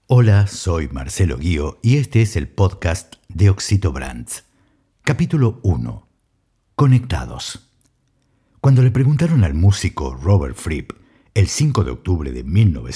Hola, soy Marcelo Guío y este es el podcast de Oxito Brands. Capítulo 1. Conectados. Cuando le preguntaron al músico Robert Fripp el 5 de octubre de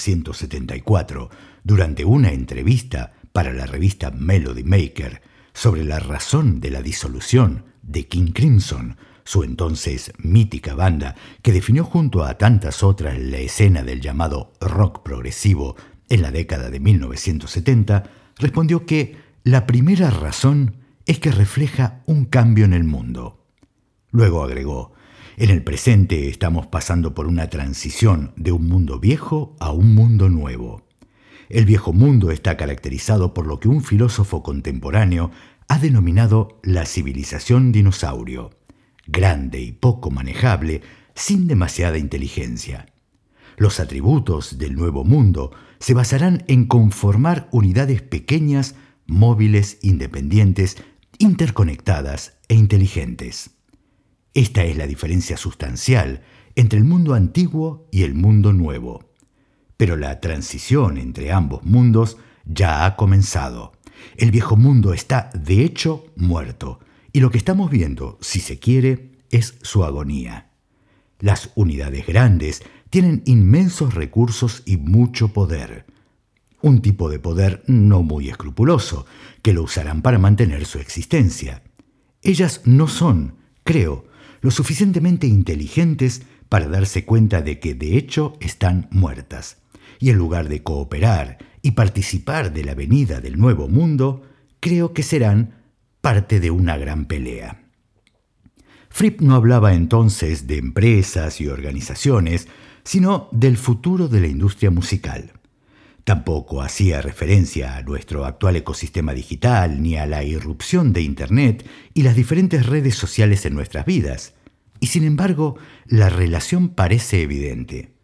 1974, durante una entrevista para la revista Melody Maker, sobre la razón de la disolución de King Crimson, su entonces mítica banda que definió junto a tantas otras la escena del llamado rock progresivo en la década de 1970, respondió que la primera razón es que refleja un cambio en el mundo. Luego agregó: en el presente estamos pasando por una transición de un mundo viejo a un mundo nuevo. El viejo mundo está caracterizado por lo que un filósofo contemporáneo ha denominado la civilización dinosaurio, grande y poco manejable, sin demasiada inteligencia. Los atributos del nuevo mundo se basarán en conformar unidades pequeñas, móviles, independientes, interconectadas e inteligentes. Esta es la diferencia sustancial entre el mundo antiguo y el mundo nuevo. Pero la transición entre ambos mundos ya ha comenzado. El viejo mundo está, de hecho, muerto, y lo que estamos viendo, si se quiere, es su agonía. Las unidades grandes tienen inmensos recursos y mucho poder. Un tipo de poder no muy escrupuloso, que lo usarán para mantener su existencia. Ellas no son, creo, lo suficientemente inteligentes para darse cuenta de que de hecho están muertas. Y en lugar de cooperar y participar de la venida del nuevo mundo, creo que serán parte de una gran pelea. Fripp no hablaba entonces de empresas y organizaciones, sino del futuro de la industria musical. Tampoco hacía referencia a nuestro actual ecosistema digital ni a la irrupción de Internet y las diferentes redes sociales en nuestras vidas. Y sin embargo, la relación parece evidente.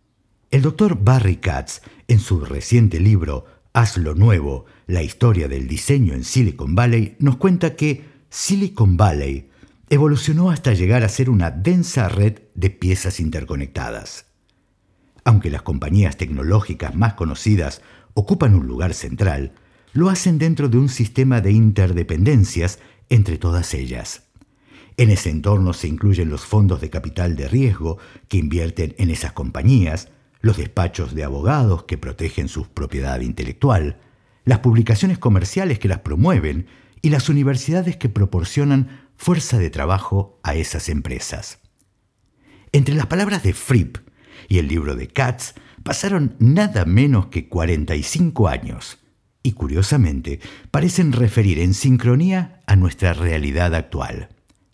El Dr. Barry Katz, en su reciente libro Hazlo Nuevo, la historia del diseño en Silicon Valley, nos cuenta que Silicon Valley evolucionó hasta llegar a ser una densa red de piezas interconectadas. Aunque las compañías tecnológicas más conocidas ocupan un lugar central, lo hacen dentro de un sistema de interdependencias entre todas ellas. En ese entorno se incluyen los fondos de capital de riesgo que invierten en esas compañías, los despachos de abogados que protegen su propiedad intelectual, las publicaciones comerciales que las promueven y las universidades que proporcionan fuerza de trabajo a esas empresas. Entre las palabras de Fripp y el libro de Katz pasaron nada menos que 45 años y, curiosamente, parecen referir en sincronía a nuestra realidad actual.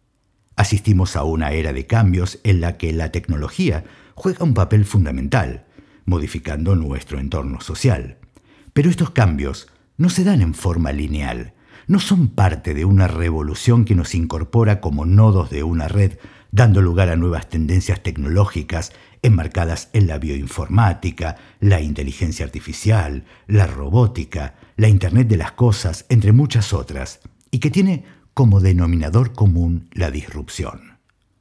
Asistimos a una era de cambios en la que la tecnología juega un papel fundamental, modificando nuestro entorno social. Pero estos cambios no se dan en forma lineal, no son parte de una revolución que nos incorpora como nodos de una red, dando lugar a nuevas tendencias tecnológicas enmarcadas en la bioinformática, la inteligencia artificial, la robótica, la Internet de las cosas, entre muchas otras, y que tiene como denominador común la disrupción.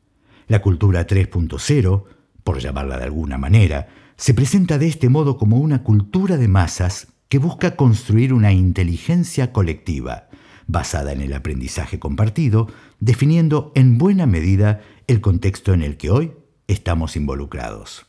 La cultura 3.0, por llamarla de alguna manera, se presenta de este modo como una cultura de masas que busca construir una inteligencia colectiva, basada en el aprendizaje compartido, definiendo en buena medida el contexto en el que hoy estamos involucrados.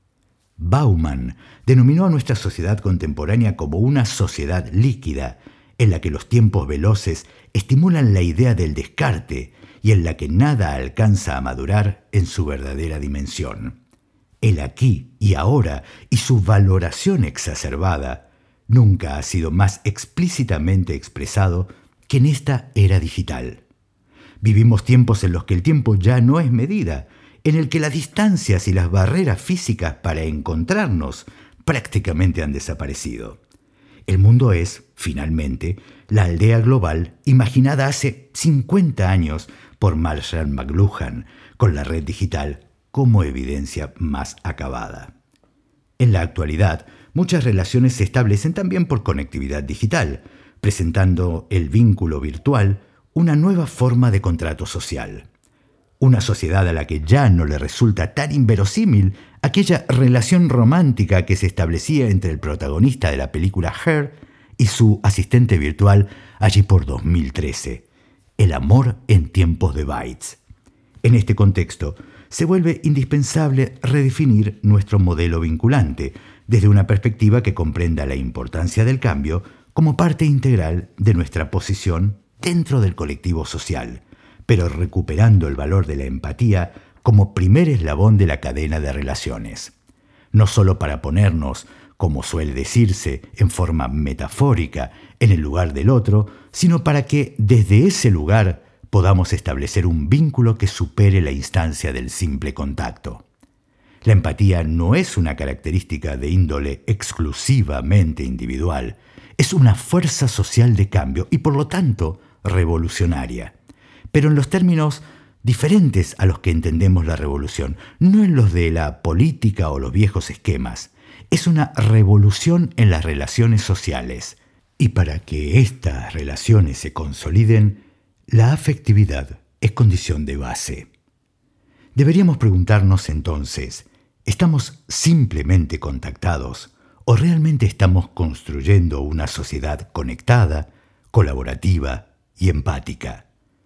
Bauman denominó a nuestra sociedad contemporánea como una sociedad líquida, en la que los tiempos veloces estimulan la idea del descarte y en la que nada alcanza a madurar en su verdadera dimensión. El aquí y ahora y su valoración exacerbada nunca ha sido más explícitamente expresado que en esta era digital. Vivimos tiempos en los que el tiempo ya no es medida, en el que las distancias y las barreras físicas para encontrarnos prácticamente han desaparecido. El mundo es, finalmente, la aldea global imaginada hace 50 años por Marshall McLuhan, con la red digital como evidencia más acabada. En la actualidad, muchas relaciones se establecen también por conectividad digital, presentando el vínculo virtual una nueva forma de contrato social. Una sociedad a la que ya no le resulta tan inverosímil aquella relación romántica que se establecía entre el protagonista de la película Her y su asistente virtual allí por 2013. El amor en tiempos de bytes. En este contexto, se vuelve indispensable redefinir nuestro modelo vinculante desde una perspectiva que comprenda la importancia del cambio como parte integral de nuestra posición dentro del colectivo social, pero recuperando el valor de la empatía como primer eslabón de la cadena de relaciones. No solo para ponernos, como suele decirse, en forma metafórica, en el lugar del otro, sino para que desde ese lugar podamos establecer un vínculo que supere la instancia del simple contacto. La empatía no es una característica de índole exclusivamente individual, es una fuerza social de cambio y por lo tanto revolucionaria, pero en los términos diferentes a los que entendemos la revolución, no en los de la política o los viejos esquemas. Es una revolución en las relaciones sociales, y para que estas relaciones se consoliden, la afectividad es condición de base. Deberíamos preguntarnos entonces, ¿estamos simplemente contactados o realmente estamos construyendo una sociedad conectada, colaborativa y empática?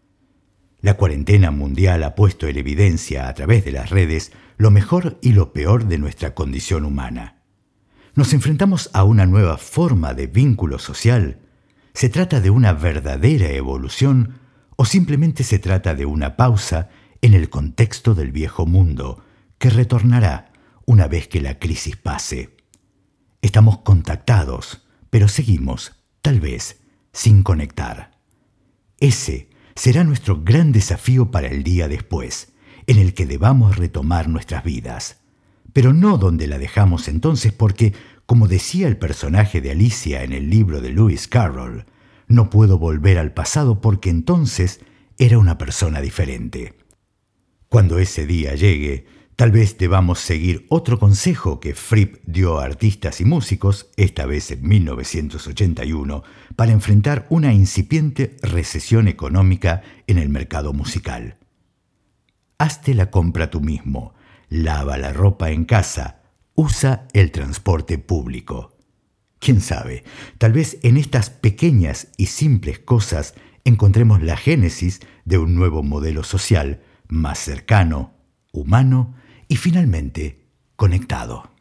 La cuarentena mundial ha puesto en evidencia a través de las redes lo mejor y lo peor de nuestra condición humana. Nos enfrentamos a una nueva forma de vínculo social. ¿Se trata de una verdadera evolución o simplemente se trata de una pausa en el contexto del viejo mundo que retornará una vez que la crisis pase? Estamos contactados, pero seguimos, tal vez, sin conectar. Ese será nuestro gran desafío para el día después, en el que debamos retomar nuestras vidas. Pero no donde la dejamos entonces porque, como decía el personaje de Alicia en el libro de Lewis Carroll, no puedo volver al pasado porque entonces era una persona diferente. Cuando ese día llegue, tal vez debamos seguir otro consejo que Fripp dio a artistas y músicos, esta vez en 1981, para enfrentar una incipiente recesión económica en el mercado musical. Hazte la compra tú mismo, lava la ropa en casa, usa el transporte público. ¿Quién sabe? Tal vez en estas pequeñas y simples cosas encontremos la génesis de un nuevo modelo social más cercano, humano y finalmente conectado.